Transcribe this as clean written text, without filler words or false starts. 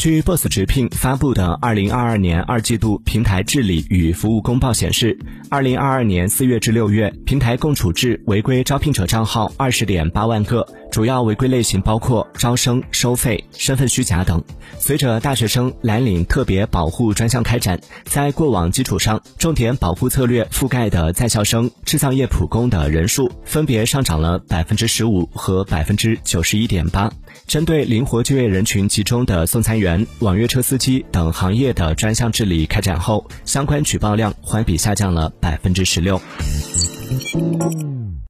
据 Boss 直聘发布的2022年2季度平台治理与服务公报显示，2022年4月至6月，平台共处置违规招聘者账号20.8万个，主要违规类型包括招生、收费、身份虚假等。随着大学生蓝领特别保护专项开展，在过往基础上，重点保护策略覆盖的在校生、制造业普工的人数分别上涨了15%和91.8%。针对灵活就业人群集中的送餐员、网约车司机等行业的专项治理开展后，相关举报量环比下降了16%。